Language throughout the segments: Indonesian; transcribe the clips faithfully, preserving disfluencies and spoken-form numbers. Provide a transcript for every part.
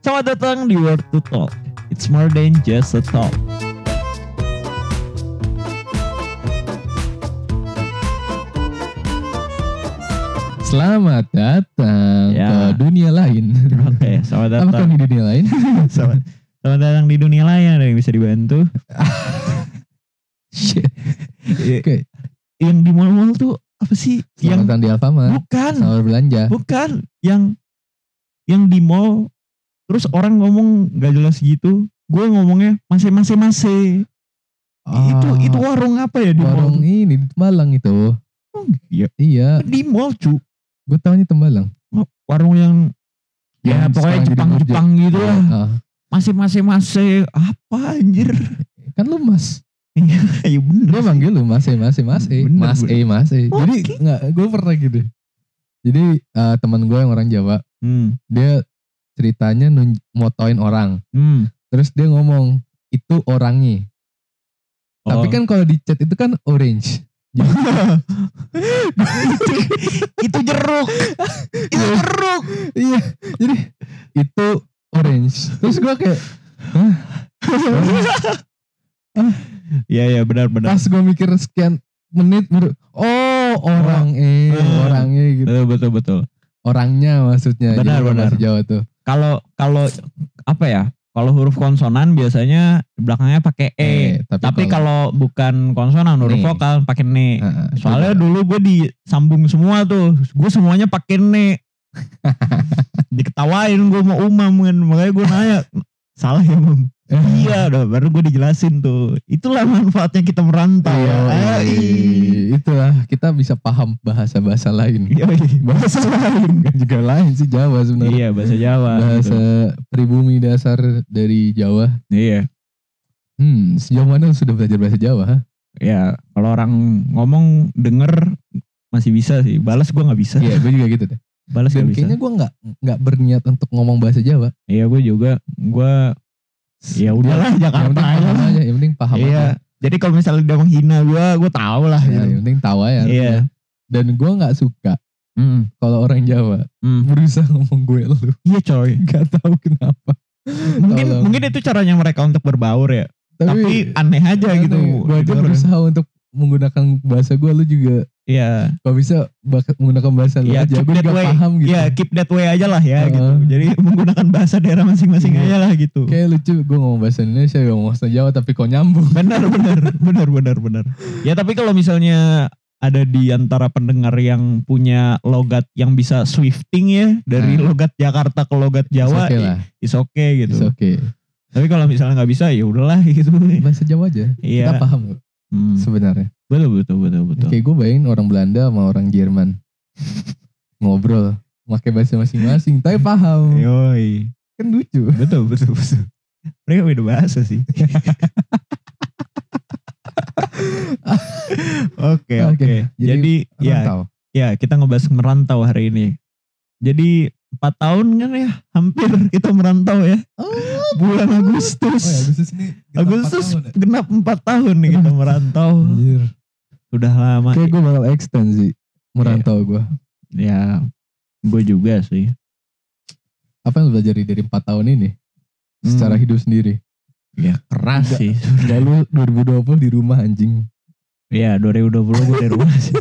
Selamat datang di Worth to Talk. It's more than just a talk. Selamat datang Ya. ke dunia lain. Oke, selamat Apakah datang. di dunia lain? Selamat, selamat datang di dunia lain. Ada yang bisa dibantu? Shit. Oke. Yang di mall-mall tuh apa sih? Selamat yang datang di Alfamart. bukan, Selamat berbelanja. bukan. Yang yang di mall terus orang ngomong gak jelas gitu. Gue ngomongnya masih masih masih. Itu Ah, itu warung apa ya di warung mall? ini di Tembalang itu. Oh, iya. Iya, Di mall cu. gue tahunya Tembalang. Warung yang ya Yang pokoknya sekarang jadi Jepang-Jepang Burjo. gitu lah. Ah, Masih masih masih apa anjir? kan lu mas. Ya bener. Dia manggil lu mas E, mas E, mas E. Bener, Mas E, mas E. Oke. Jadi nggak, gue pernah gitu. Jadi eh, teman gue yang orang Jawa, Hmm. dia ceritanya nunj- motoin orang. Hmm. Terus dia ngomong, itu orangnya. Oh. Tapi kan kalau di chat itu kan orange. itu, itu jeruk. Itu jeruk. Iya, jadi itu orange. Terus gue kayak, hah? Iya ya benar-benar. Pas gue mikir sekian menit, baru, oh orang eh, Oh. orangnya gitu. Betul betul betul. Orangnya maksudnya. Benar, Jadi benar. bahasa Jawa tuh. Kalau kalau apa ya? Kalau huruf konsonan biasanya belakangnya pakai e. Eh, Tapi, tapi kalau bukan konsonan huruf Ne. vokal pakai ne. Heeh, Soalnya beda. dulu gue disambung semua tuh. Gue semuanya pakai ne. Diketawain gue mau umam kan. Makanya gue nanya. Salah ya mam? Iya udah baru gue dijelasin tuh. Itulah manfaatnya kita merantau. Iya, Ah, iya, ih. itulah kita bisa paham bahasa-bahasa lain. Yoi, bahasa lain. Kan juga lain sih Jawa sebenarnya. Iya bahasa Jawa. Bahasa gitu. pribumi dasar dari Jawa. Iya. Hmm, sejauh mana lu sudah belajar bahasa Jawa? Ha? Ya kalau orang ngomong denger masih bisa sih. Balas gue nggak bisa. Iya, gue juga gitu deh. Balas Dan nggak bisa. kayaknya gue nggak nggak berniat untuk ngomong bahasa Jawa. Iya gue juga. Gue ya udahlah Yang Jakarta penting aja. paham aja, yang penting paham Iya. aja. Jadi kalau misalnya dia menghina gue, gue tahu lah. Ya, gitu. yang penting tahu aja. Iya. Dan gue nggak suka Hmm. kalau orang Jawa Hmm. berusaha ngomong gue lu. Iya coy. Gak tahu kenapa. Mungkin Tolong. mungkin itu caranya mereka untuk berbaur ya. Tapi, aneh aja gitu. Gue aja Gitu. berusaha untuk menggunakan bahasa gue, lu juga Iya. kalau bisa bak- menggunakan bahasa lu Iya, aja. keep Gue that juga way. paham gitu. Iya, keep that way aja lah ya Heeh. gitu. Jadi menggunakan bahasa daerah masing-masing Iya. aja lah gitu. Kayak lucu gue ngomong bahasa Indonesia, gue ngomong bahasa Jawa tapi kok nyambung. Benar, benar, benar, benar, benar. Ya tapi kalau misalnya ada di antara pendengar yang punya logat yang bisa swifting ya dari Nah. logat Jakarta ke logat Jawa, Oke lah. is okay gitu. It's okay. Tapi kalau misalnya nggak bisa ya udahlah gitu. Bahasa Jawa aja. Iya. Kita paham kok Hmm. sebenarnya. Betul, betul, betul, betul. Kayak gue bayangin orang Belanda sama orang Jerman ngobrol pakai bahasa masing-masing tapi paham. Yoi. Kan lucu. Betul, betul, betul. Mereka beda bahasa sih. Oke, oke. Jadi, ya, merantau. ya kita ngebahas merantau hari ini. Jadi empat tahun kan ya, hampir kita merantau ya. Bulan Agustus. Oh ya Agustus ini genap Agustus empat tahun ya? genap empat tahun nih kita merantau. Anjir. Sudah lama. Kayak gue bakal extend sih merantau gue. Ya, gue juga sih. Apa yang lu pelajari dari empat tahun ini? Secara Hmm. hidup sendiri. Ya keras Enggak. sih. Gak lu dua ribu dua puluh di rumah anjing. Ya dua ribu dua puluh gue dari rumah sih.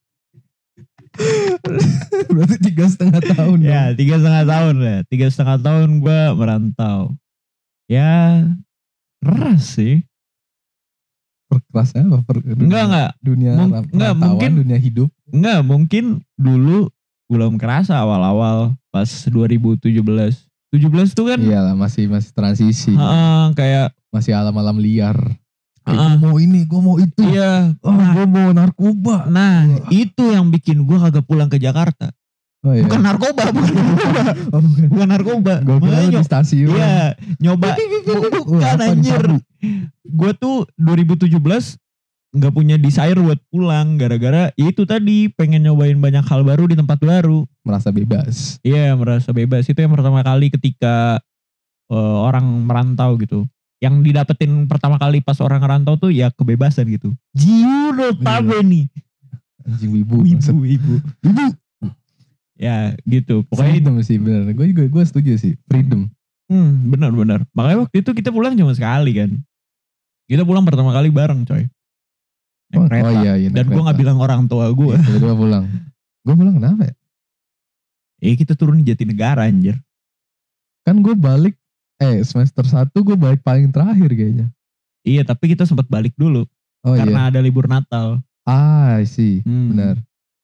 Berarti tiga setengah tahun dong. Ya tiga setengah tahun lah. Tiga setengah tahun gue merantau. Ya keras sih. Perkerasnya apa? Per, Enggak enggak. Dunia Mung- ram- enggak, rantauan, mungkin- dunia hidup. Enggak mungkin dulu belum kerasa awal-awal pas dua ribu tujuh belas. tujuh belas tuh kan Iyalah masih masih transisi. heeh, kayak Masih alam-alam liar. Kayak Heeh. gue mau ini, gue mau itu. iya. Oh, gue mau narkoba. Nah, Wah. itu yang bikin gue kagak pulang ke Jakarta. Oh, iya. Bukan narkoba, bukan narkoba. Oh, bukan. Bukan narkoba. Gue kira Makanya lu di stasiun. Iya, nyoba. Wah, Bukan apa nih, anjir. sabu? Gue tuh dua ribu tujuh belas nggak punya desire buat pulang gara-gara itu tadi pengen nyobain banyak hal baru di tempat baru. Merasa bebas. Iya, merasa bebas. Itu yang pertama kali ketika uh, orang merantau gitu. Yang didapetin pertama kali pas orang ngerantau tuh ya kebebasan gitu. Jiu notabe nih. Anjing wibu. Ibu, ibu. Wibu. Ya gitu. Pokoknya Freedom sih bener. Gue juga gue setuju sih. Freedom. hmm, benar-benar. Makanya waktu itu kita pulang cuma sekali kan. Kita pulang pertama kali bareng coy. Naik Oh, kereta. oh iya, iya. Dan gue gak bilang orang tua gue. Iya, tiba-tiba pulang. Gue pulang kenapa ya? Eh kita turun di Jatinegara anjir. Kan gue balik, eh semester satu gue balik paling terakhir kayaknya. Iya tapi kita sempat balik dulu. Oh karena iya. ada libur Natal. Ah sih, Hmm. benar.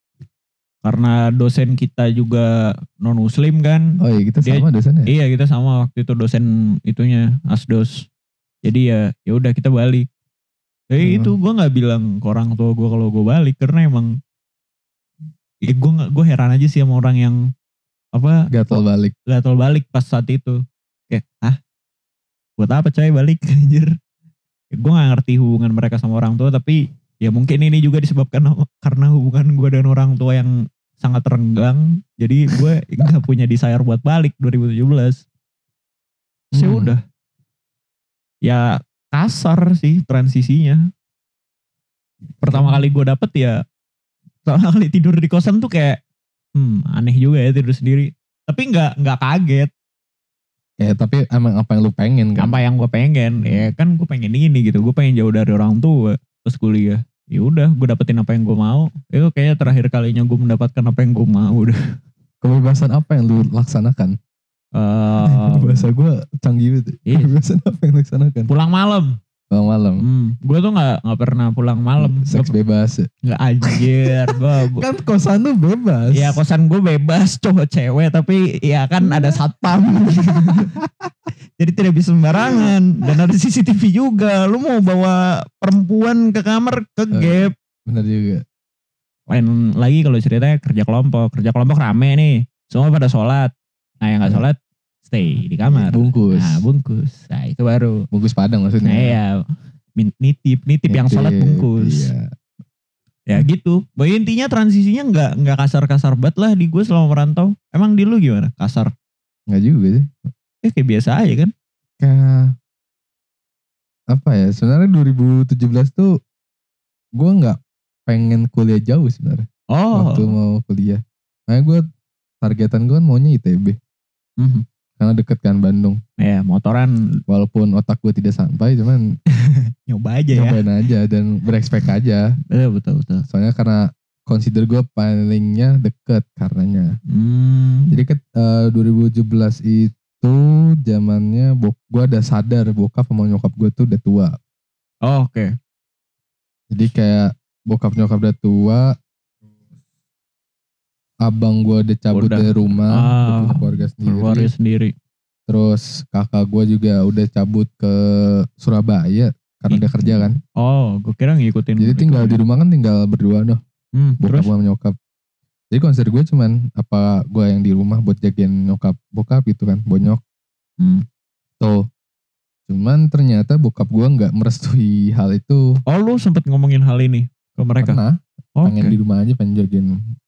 Karena dosen kita juga non muslim kan. Oh iya, kita Dia- sama dosennya. Iya kita sama waktu itu dosen itunya asdos. Jadi ya ya udah kita balik. Eh Hmm. itu gue nggak bilang ke orang tua gue kalau gue balik karena emang ya gue nggak gue heran aja sih sama orang yang apa Gatel balik. gatel balik pas saat itu. Kayak ah buat apa coy balik anjir. Ya, gue nggak ngerti hubungan mereka sama orang tua tapi ya mungkin ini juga disebabkan karena hubungan gue dan orang tua yang sangat renggang. Jadi gue nggak punya desire buat balik dua ribu tujuh belas. Sih Hmm. udah. Ya kasar sih transisinya. Pertama kali gue dapet ya, pertama kali tidur di kosan tuh kayak, hmm aneh juga ya tidur sendiri. Tapi nggak nggak kaget. Ya tapi emang apa yang lu pengen kan? Apa yang gue pengen? Ya kan gue pengen ini gitu. Gue pengen jauh dari orang tua pas kuliah. Ya udah, gue dapetin apa yang gue mau. Itu kayaknya terakhir kalinya gue mendapatkan apa yang gue mau udah. Kebebasan apa yang lu laksanakan? Eh, Bahasa gue canggih banget. iya. Kebebasan apa yang lu laksanakan? pulang malam. Pulang malam. Hmm, gue tuh nggak nggak pernah pulang malam. Seks Gua- bebas. Nggak anjir. Gue Kan kosan lu bebas. ya kosan gue bebas cowok cewek tapi ya kan ada satpam. Jadi tidak bisa sembarangan dan ada C C T V juga. Lu mau bawa perempuan ke kamar ke gap. Bener juga. Lain lagi kalau ceritanya kerja kelompok. Kerja kelompok rame nih. Semua pada sholat. Nah yang gak sholat stay di kamar. Bungkus. Nah bungkus. Nah itu baru. Bungkus padang maksudnya. Nah iya. Min- Nitip. Nitip yang sholat bungkus. Iya. Ya gitu. Bahwa intinya transisinya gak, gak kasar-kasar banget lah di gue selama merantau. Emang di lu gimana? Kasar? Nggak juga sih. Eh kayak biasa aja kan? Kayak apa ya? Sebenarnya dua ribu tujuh belas tuh gue nggak pengen kuliah jauh sebenarnya. Oh. Waktu mau kuliah. Makanya gue targetan gue kan maunya I T B. Mhm. Karena deket kan Bandung. Ya motoran Walaupun otak gue tidak sampai, cuman nyoba aja ya. nyobain aja dan berekspek aja. Betul betul betul. Soalnya karena consider gue palingnya deket karenanya. Hmm. Jadi ke eh, dua ribu tujuh belas itu zamannya bok gue udah sadar bokap sama nyokap gue tuh udah tua. Oh, oke. Jadi kayak bokap nyokap udah tua, abang gue udah cabut Udah. dari rumah, Ah, udah punya keluarga sendiri. Keluarga sendiri. Terus kakak gue juga udah cabut ke Surabaya karena dia kerja kan. Oh, gue kira ngikutin. Jadi tinggal di rumah kan tinggal berdua noh, Hmm, bokap terus? sama nyokap. Jadi konser gue cuman apa gue yang di rumah buat jagain nyokap bokap gitu kan, bonyok. Hmm. Tuh. Cuman ternyata bokap gue nggak merestui hal itu. Oh, lu sempet ngomongin hal ini ke mereka? Karena Oh, pengen oke. di rumah aja, pengen jagain.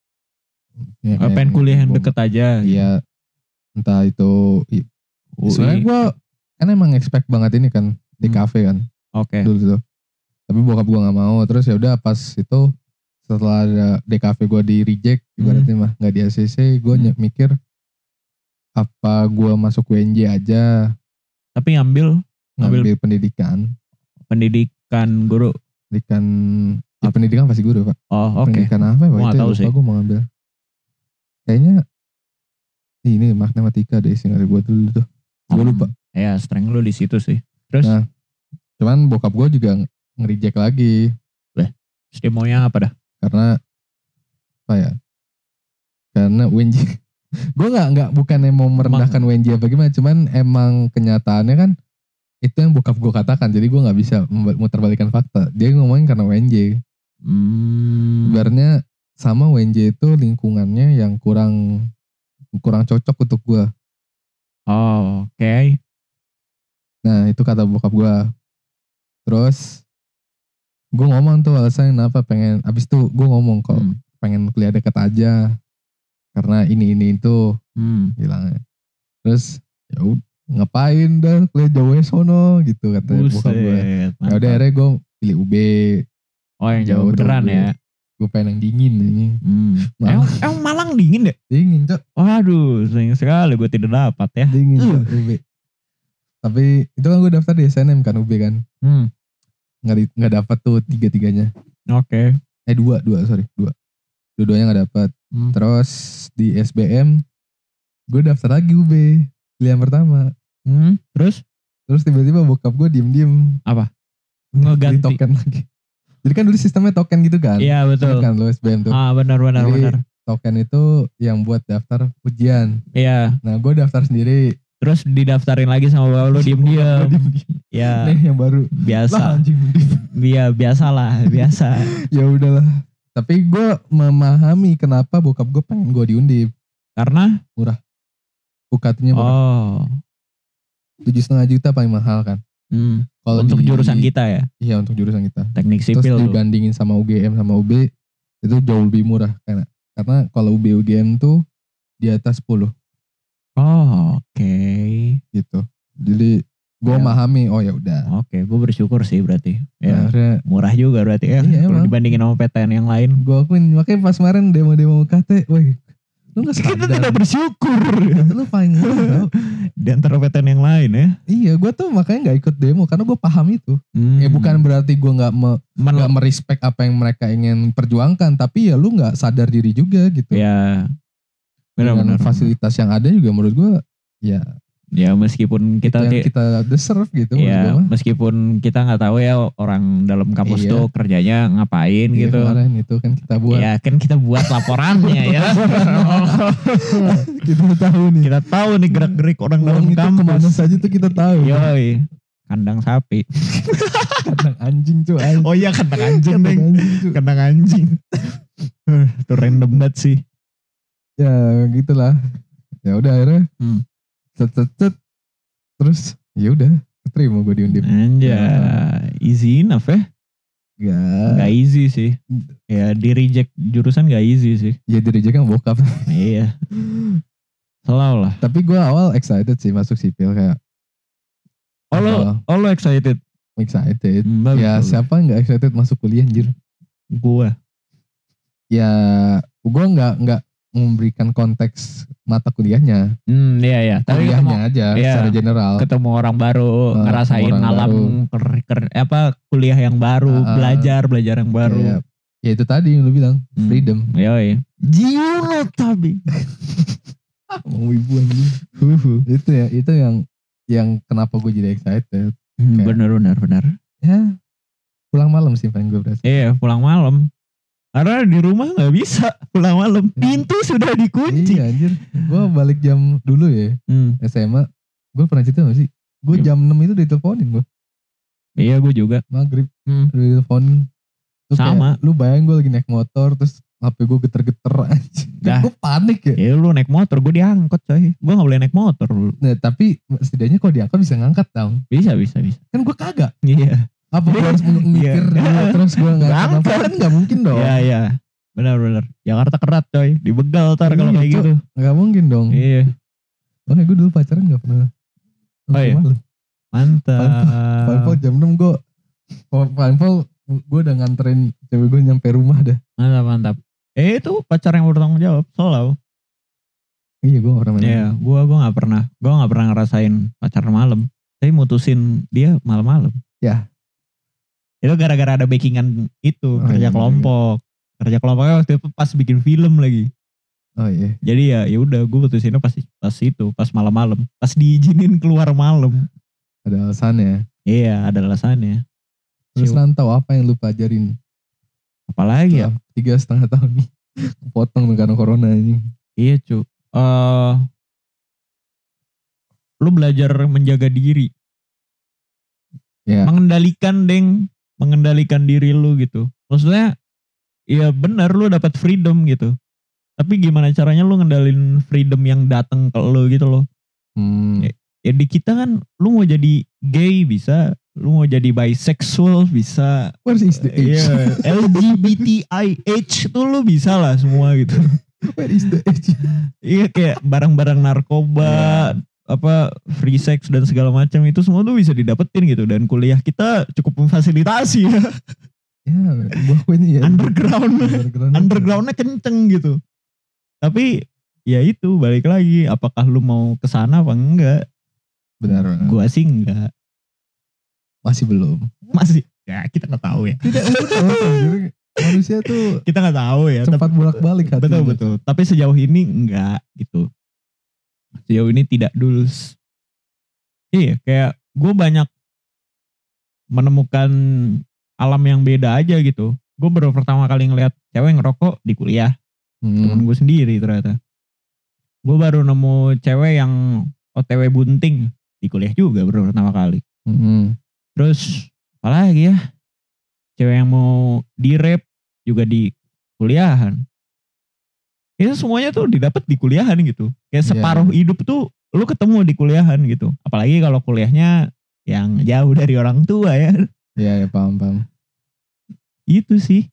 Ya, Oh, kayak pengen kuliah yang bokap. deket aja. Iya. Entah itu. i- U I. Sebenarnya gue kan emang expect banget ini kan di Hmm. kafe kan Oke. dulu tuh. Tapi bokap gue nggak mau. Terus ya udah pas itu setelah ada D K V gue di reject, ibaratnya mah nggak di A C C, gue Hmm. mikir apa gue masuk U N J aja, Tapi ngambil Ngambil- ngambil pendidikan, pendidikan guru. pendidikan, ya pendidikan pasti guru pak. Oh, oke. Pendidikan apa ya? Gua nggak Waktu tahu itu sih. lupa gue mau ngambil. Kayaknya ini matematika deh sih dari gue dulu tuh. Gue Hmm. lupa. Ya, strength lu di situ sih. Terus, Nah. Cuman bokap gue juga nge-reject lagi terus dia maunya apa dah? karena apa ya? Karena U N J. Gue nggak nggak bukannya mau merendahkan U N J apa gimana, cuman emang kenyataannya kan itu yang bokap gue katakan. Jadi gue nggak bisa muterbalikan fakta. Dia ngomongin karena U N J. Hmm. Sebenarnya sama U N J itu lingkungannya yang kurang kurang cocok untuk gue. Oh, oke. Nah itu kata bokap gue. Terus gue ngomong tuh alasannya kenapa pengen. Abis itu gue ngomong kok Hmm. pengen kuliah dekat aja. Karena ini ini itu Hmm. bilangnya. Terus ya udah ngapain dah kuliah jauhnya sono gitu kata bokap gue. Buset. Ya mantap. udah akhirnya gue pilih U B. Oh, yang jauh jauh beneran tuh, ya. Gue pengen yang dingin ini. Hmm. Malang. Emang, emang Malang dingin deh? Dingin cok. Waduh, sayang sekali gue tidak dapat ya. Dingin Uh. cok U B. Tapi itu kan gue daftar di S N M kan U B kan. Hmm. Nggak, di- nggak dapat tuh tiga-tiganya. Oke. Eh dua, dua sorry. Dua. Dua-duanya nggak dapat. Hmm. Terus di S B M gue daftar lagi U B. Pilihan pertama. Hmm. Terus Terus tiba-tiba bokap gue diem-diem. Beli ngeganti. token lagi. Jadi kan dulu sistemnya token gitu kan. Iya betul. Kan lo S B M tuh. Ah benar benar Jadi, benar. token itu yang buat daftar ujian. Iya. Nah gue daftar sendiri. Terus didaftarin lagi sama bapak lu diem-diem. Ya Nih yang baru. Lah biasa. anjing. Iya biasa lah biasa. Ya udahlah. Tapi gue memahami kenapa bokap gue pengen gue di Undip. Karena U K T-nya murah. oh. Tujuh setengah juta paling mahal kan. Hmm. Kalau Untuk di- jurusan kita ya. Iya untuk jurusan kita. Teknik Terus sipil tuh. dibandingin sama U G M sama U B itu jauh lebih murah karena karena kalau U B U G M tuh di atas sepuluh Oh oke. gitu. Jadi gue Ya. memahami oh ya udah. Oke gue bersyukur sih berarti. Ya. Akhirnya Murah juga berarti ya. Iya, Kalau emang. dibandingin sama P T N yang lain. gue akuin makanya pas kemarin demo-demo U K T, woi lu gak Kita sadar. tidak bersyukur. Lu paling murah tau. Di antara P T N yang lain ya. Iya gue tuh makanya gak ikut demo karena gue paham itu. Hmm. Ya bukan berarti gue gak, me, Men- gak merespek apa yang mereka ingin perjuangkan. Tapi ya lu gak sadar diri juga gitu. Ya. Dengan Benar-benar. fasilitas yang ada juga menurut gue ya Ya meskipun kita kita yang ti- kita deserve gitu. ya menurut gua mah. meskipun kita nggak tahu ya orang dalam kampus Iya. tuh kerjanya ngapain Iya, gitu. kemarin itu kan kita buat. Ya kan kita buat laporannya ya. Kita tahu nih. Kita tahu nih gerak-gerik orang dalam Uang itu kemana kampus. saja tuh kita tahu. Yoi. Kandang sapi. Kandang anjing cuy. Anjing. Oh iya kandang anjing Kandang deng. anjing cuy. Kandang anjing. Itu random banget sih. Ya gitulah. Ya udah akhirnya. Hmm. Cet, cet, cet. Terus ya udah keterima gue di Undip. Anjay. Easy enough ya. Gak. Gak easy sih. Ya di reject jurusan gak easy sih. Ya di reject kan bokap. Iya. Selalu lah. Tapi gue awal excited sih masuk sipil kayak. Oh lo, Awal oh lo excited? excited. Hmm, bagus, Ya bagus. siapa nggak excited masuk kuliah anjir. Gua. Ya gue nggak nggak memberikan konteks mata kuliahnya. Hmm, iya iya. Tapi ketemu, Kuliahnya aja iya. secara general. ketemu orang baru, Ah, ngerasain orang ngalam baru. ker- ker- apa kuliah yang baru, Ah, ah. belajar belajar yang baru. Ya, ya itu tadi yang lu bilang Hmm. freedom. Yoi. Jiwa tapi. Mau ibu anjing. Itu ya itu yang yang kenapa gue jadi excited. Hmm, Kayak- bener bener bener. Ya pulang malam sih paling gue berasa. Iya pulang malam. Karena di rumah nggak bisa pulang malam. Pintu sudah dikunci. Iya anjir. Gue balik jam dulu ya Hmm, S M A. Gue pernah cerita gak sih? Gue Iya. jam enam itu diteleponin gue. iya gue juga. Maghrib Hmm. diteleponin. Terus Sama. kayak, lu bayang gue lagi naik motor terus H P gue geter-geter aja. Dah. Gue panik ya. Ya lu naik motor, gue diangkut coy. Gue gak boleh naik motor dulu. Nah, tapi setidaknya kalau diangkat bisa ngangkat dong. Bisa bisa bisa. Kan gue kagak. Iya. Apa gue harus mikir Iya. dulu terus gue ngangkat apa Ngangkat. kan gak mungkin dong. Iya iya. Benar benar. Jakarta kerat coy. Dibegal ntar kalau Iya, kayak Cok. gitu. Gak mungkin dong. Iya. Makanya gue dulu pacaran gak pernah. Oh, iya? Malam. Mantap. Paling jam enam gue. Paling gue udah nganterin cewek gue nyampe rumah dah. Mantap mantap. Eh itu pacar yang bertanggung jawab. Selalu. Iya gue orang mana. Iya. Gue gue nggak pernah. Gue nggak pernah ngerasain pacar malam. Tapi mutusin dia malam-malam. Ya. Itu gara-gara ada backingan itu Oh, kerja iya, kelompok. Kerja kelompoknya waktu itu pas bikin film lagi. Oh iya. Jadi ya ya udah gue putusinnya pas pas itu pas malam-malam. Pas diizinin keluar malam. Ada alasannya. Iya ada alasannya. Terus Siu. rantau apa yang lu pelajarin? Apalagi ya? Setelah Tiga setengah tahun nih. Kepotong tuh karena corona ini. Iya cu. Eh, lu belajar menjaga diri. Ya. Mengendalikan deng. Mengendalikan diri lu gitu. Maksudnya ya benar lu dapat freedom gitu. Tapi gimana caranya lu ngendalin freedom yang datang ke lu gitu loh. Hmm. Ya di kita kan lu mau jadi gay bisa. Lu mau jadi bisexual bisa. Where is the age? Iya, L G B T I H tuh lu bisa lah semua gitu. Where is the age? Iya kayak barang-barang narkoba, apa free sex dan segala macam itu semua tuh bisa didapetin gitu dan kuliah kita cukup memfasilitasi ya. Ya, gua akuin ya. Underground, Underground. undergroundnya kenceng gitu. Tapi ya itu balik lagi, apakah lu mau kesana apa enggak? Benar. Gua sih enggak. Masih belum. Masih. Ya kita nggak tahu ya. Tidak betul. Jadi manusia tuh Kita nggak tahu ya. cepat bolak-balik hatinya. Betul betul. Tapi sejauh ini enggak gitu. Sejauh ini tidak dulus. Iya kayak gue banyak menemukan alam yang beda aja gitu. Gue baru pertama kali ngeliat cewek ngerokok di kuliah. Hmm. Temen gue sendiri ternyata. Gue baru nemu cewek yang O T W bunting di kuliah juga baru pertama kali. Hmm. Terus apalagi ya, cewek yang mau di rap juga di kuliahan. Itu semuanya tuh didapat di kuliahan gitu. Kayak Yeah. separuh hidup tuh lu ketemu di kuliahan gitu. Apalagi kalau kuliahnya yang jauh dari orang tua ya. Iya ya paham paham. Itu sih.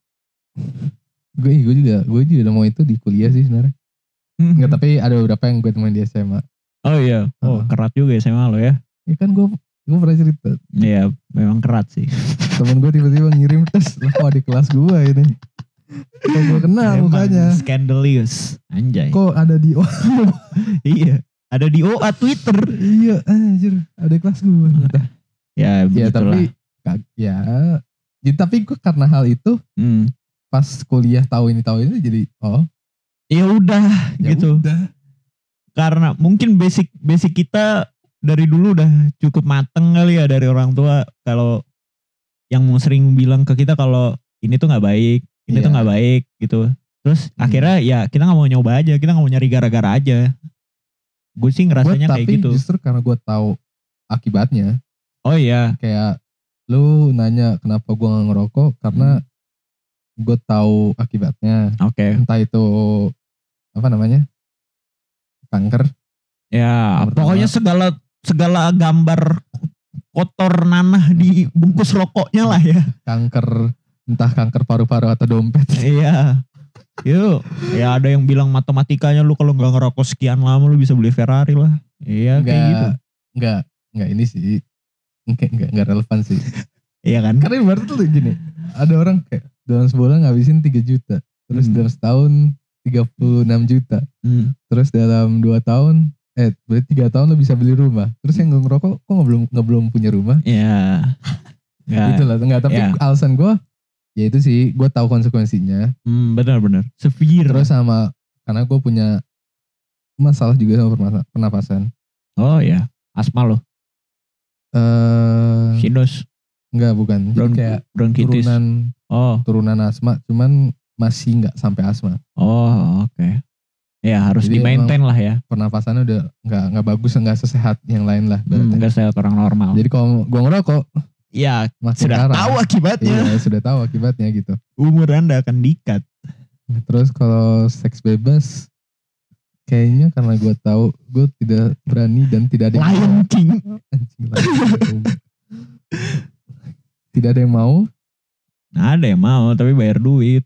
Gue gue juga gue juga udah mau itu di kuliah sih sebenarnya. Enggak, tapi ada beberapa yang gue temuin di S M A. Oh iya. Oh Uh. kerat juga S M A lo ya. Ya kan gue gue pernah cerita. Iya memang kerat sih. Temen gue tiba-tiba ngirim tes, lah kok di kelas gue ini. Kok gue kenal Memang mukanya. scandalous. Anjay. Kok ada di O Iya. Ada di O A Twitter. Iya anjir, ada di kelas gue. Ya Ya begitulah. tapi kag- ya, ya tapi gue karena hal itu Hmm. pas kuliah tahu ini tahu ini jadi oh Ya udah ya gitu. udah. Karena mungkin basic basic kita dari dulu udah cukup mateng kali ya dari orang tua. Kalau yang mau sering bilang ke kita kalau ini tuh nggak baik, ini Iya. tuh nggak baik gitu. Terus Hmm. akhirnya ya kita nggak mau nyoba aja, kita nggak mau nyari gara-gara aja. Gue sih Gue ngerasanya kayak tapi gitu. justru karena gue tahu akibatnya, Oh iya, kayak lu nanya kenapa gue gak ngerokok karena gue tahu akibatnya. oke. Entah itu apa namanya kanker. Ya, Yang pertama. pokoknya segala segala gambar kotor nanah di bungkus rokoknya lah ya. kanker entah kanker paru-paru atau dompet. Iya. Yuk, ya ada yang bilang matematikanya lu kalau nggak ngerokok sekian lama lu bisa beli Ferrari lah. Iya kayak gitu. Enggak, enggak ini sih enggak enggak, enggak relevan sih. Iya kan? Karena ibarat tuh gini, ada orang kayak dalam sebulan ngabisin tiga juta, terus Hmm. dalam setahun tiga puluh enam juta, Hmm. terus dalam dua tahun eh berarti tiga tahun lo bisa beli rumah. Terus yang nggak ngerokok kok nggak belum nggak belum punya rumah? Iya. Nggak. Itulah enggak, tapi Ya. alasan gue ya itu sih gue tahu konsekuensinya. Hmm, benar-benar. Severe. Terus sama karena gue punya masalah juga sama permasa- pernapasan. Oh ya, asma lo. Eh Sinus. enggak bukan. Jadi Bron kayak bronkitis. turunan Oh, turunan asma, cuman masih nggak sampai asma. oh oke. Ya harus Jadi di-maintain lah ya. Pernapasannya udah nggak nggak bagus, nggak sesehat yang lain lah. Hmm, ibaratnya. nggak sehat orang normal. Jadi kalau gue ngerokok Ya makin sudah parah. tahu akibatnya. Iya sudah tahu akibatnya gitu. Umur Anda akan dikat. Terus kalau seks bebas, kayaknya karena gue tahu gue tidak berani dan tidak ada yang Lion mau. King. Anjing, Lion King. Tidak ada yang mau. Nah, ada yang mau tapi bayar duit.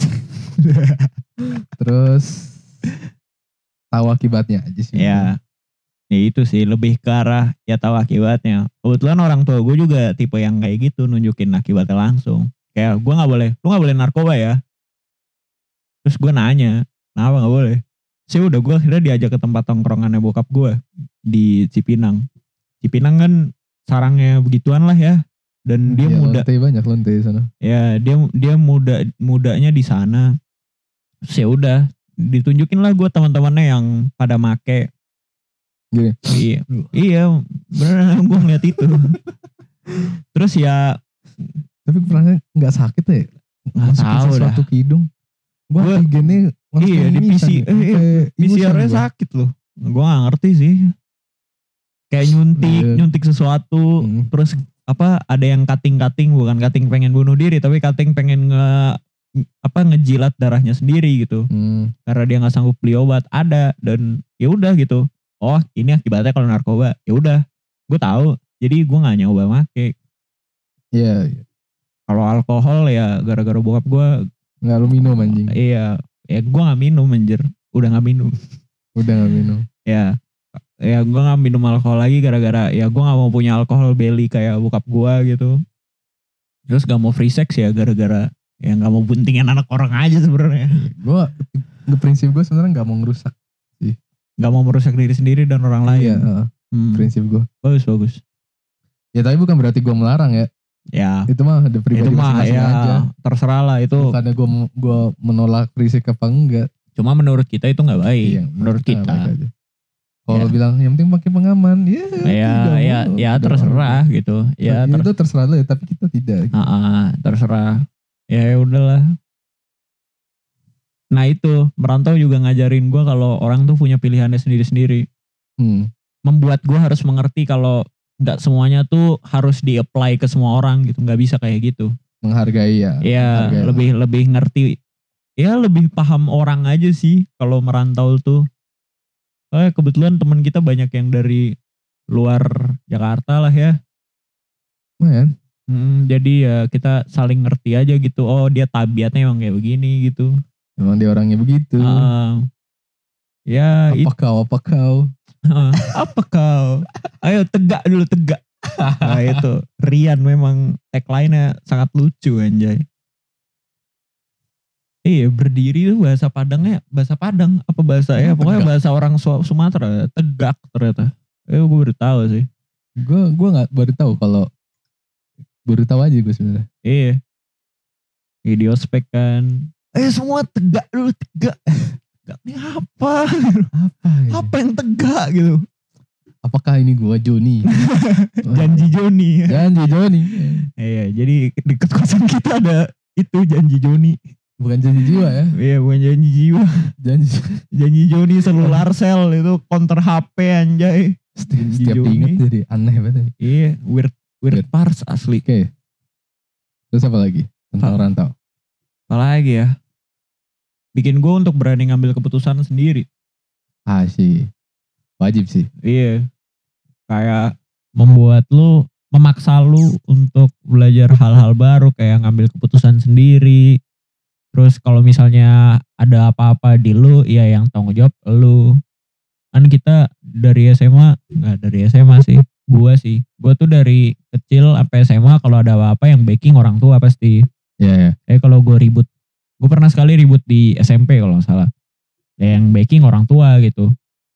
Terus tahu akibatnya aja sih. Ya. Ya itu sih lebih ke arah ya tahu akibatnya. Kebetulan orang tua gue juga tipe yang kayak gitu nunjukin akibatnya langsung. Kayak gue nggak boleh, lu nggak boleh narkoba ya. Terus gue nanya, kenapa nggak boleh? Sih udah gue akhirnya diajak ke tempat tongkrongannya bokap gue di Cipinang. Cipinang kan sarangnya begituan lah ya. Dan dia Iya, muda, lonte banyak lonte di sana. ya dia dia muda mudanya di sana. Terus ya udah ditunjukin lah gue teman-temannya yang pada make. Gini. Iya, iya beneran gue ngeliat itu. Terus ya Tapi pernah nggak sakit ya? nggak Masukin tahu dah. sesuatu ke hidung. Gue Gua- antigennya langsung Iya di P C, mimisan, eh, sampai P C ingusan R-nya gua. sakit loh. Gue gak ngerti sih. Kayak nyuntik, Iya. nyuntik sesuatu. Hmm. Terus apa? Ada yang cutting-cutting, bukan cutting pengen bunuh diri, tapi cutting pengen nge apa ngejilat darahnya sendiri gitu. Hmm. Karena dia nggak sanggup beli obat. Ada dan ya udah gitu. Oh ini akibatnya kalau narkoba. Ya udah, gue tahu. Jadi gue nggak nyoba make. Iya, iya. Kalau alkohol ya gara-gara bokap gue. Nggak lu minum anjing. Iya, ya gue nggak minum anjir. Udah nggak minum. Udah nggak minum. Ya, ya gue nggak minum alkohol lagi gara-gara ya gue nggak mau punya alkohol belly kayak bokap gue gitu. Terus gak mau free sex ya gara-gara ya nggak mau buntingin anak orang aja sebenarnya. Gue prinsip gue sebenarnya nggak mau ngerusak. Gak mau merusak diri sendiri dan orang lain. Iya, heeh. Hmm. prinsip gue. Bagus bagus. Ya tapi bukan berarti gue melarang ya. Ya. Itu mah ada pribadi Itu mah masing-masing ya aja. terserah lah itu. Bukannya gue gue menolak prinsip apa enggak. Cuma menurut kita itu nggak baik. Iya, menurut kita. baik aja. Kalau Ya. bilang yang penting pakai pengaman, ya. Ya tidak ya mau, ya tidak terserah mau. gitu. Ya Ya, ter- itu terserah lo ya, tapi kita tidak. Gitu. Ah, ah, terserah. Ya ya udahlah. Nah itu merantau juga ngajarin gue kalau orang tuh punya pilihannya sendiri-sendiri. Hmm. Membuat gue harus mengerti kalau nggak semuanya tuh harus di-apply ke semua orang gitu. Nggak bisa kayak gitu. Menghargai ya. Ya menghargai lah. lebih lebih ngerti. Ya lebih paham orang aja sih kalau merantau tuh. Soalnya kebetulan teman kita banyak yang dari luar Jakarta lah ya. Lumayan. Hmm, jadi ya kita saling ngerti aja gitu. Oh dia tabiatnya emang kayak begini gitu. Memang dia orangnya begitu. Ah, ya apa itu. kau, apa kau? Apa kau? Ayo tegak dulu tegak. Nah itu Rian memang tagline-nya sangat lucu anjay. Iya berdiri tuh bahasa Padangnya bahasa Padang apa bahasa ya pokoknya Tegak. bahasa orang Su- Sumatera tegak ternyata. Eh gue baru tahu sih. Gue gue nggak baru tahu kalau baru tahu aja gue sebenarnya. Iya. Video spek kan. Eh semua tegak dulu tegak. Tegak ini apa? Apa? Ya? Apa yang tegak gitu? Apakah ini gue Joni? Janji Joni. Janji Joni. Iya jadi deket kosan kita ada itu janji Joni. Bukan janji jiwa ya. Iya bukan janji jiwa. Janji. Janji Joni selular sel itu counter H P anjay. Setiap, Janji setiap Joni. diinget jadi aneh banget. Iya weird weird Weird. parts asli. Oke. Terus apa lagi tentang Apa? rantau? Apalagi ya. Bikin gue untuk berani ngambil keputusan sendiri. Ah sih. Wajib sih. Iya. Kayak membuat lu memaksa lu untuk belajar hal-hal baru kayak ngambil keputusan sendiri. Terus kalau misalnya ada apa-apa di lu, ya yang tanggung jawab lu. Kan kita dari S M A, enggak dari S M A sih, gua sih. Gua tuh dari kecil sampai S M A kalau ada apa-apa yang backing orang tua pasti. Ya ya. Eh kalau gue ribut, gue pernah sekali ribut di S M P kalau nggak salah. Yang backing orang tua gitu.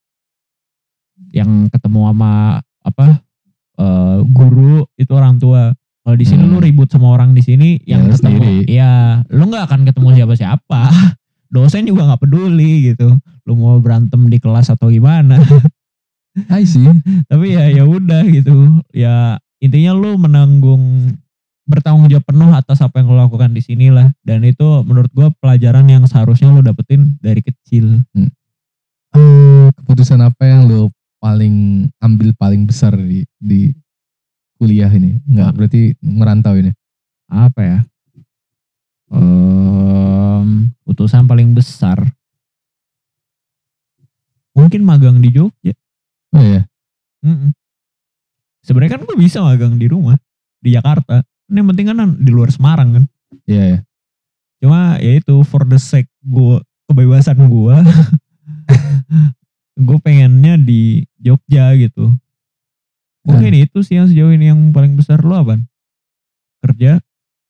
Yang ketemu sama apa eh, guru itu orang tua. Kalau di sini Hmm. lu ribut sama orang di sini yang Ya, lu ketemu, sendiri. ya lu nggak akan ketemu siapa-siapa. Dosen juga nggak peduli gitu. Lu mau berantem di kelas atau gimana? I see. Tapi ya ya udah gitu. Ya intinya lu menanggung bertanggung jawab penuh atas apa yang lo lakukan di sini lah. Dan itu menurut gue pelajaran yang seharusnya lo dapetin dari kecil. Eh, keputusan apa yang lo paling ambil paling besar di di kuliah ini? Enggak, berarti merantau ini. Apa ya? Um, keputusan paling besar. Mungkin magang di Jogja. Oh iya. Mm-mm. Sebenarnya kan gue bisa magang di rumah. Di Jakarta. Ini yang penting kan di luar Semarang kan. Iya ya. Cuma ya itu for the sake gue kebebasan gue. Gue pengennya di Jogja gitu. Mungkin Nah. itu sih yang sejauh ini yang paling besar. Lo apa? Kerja?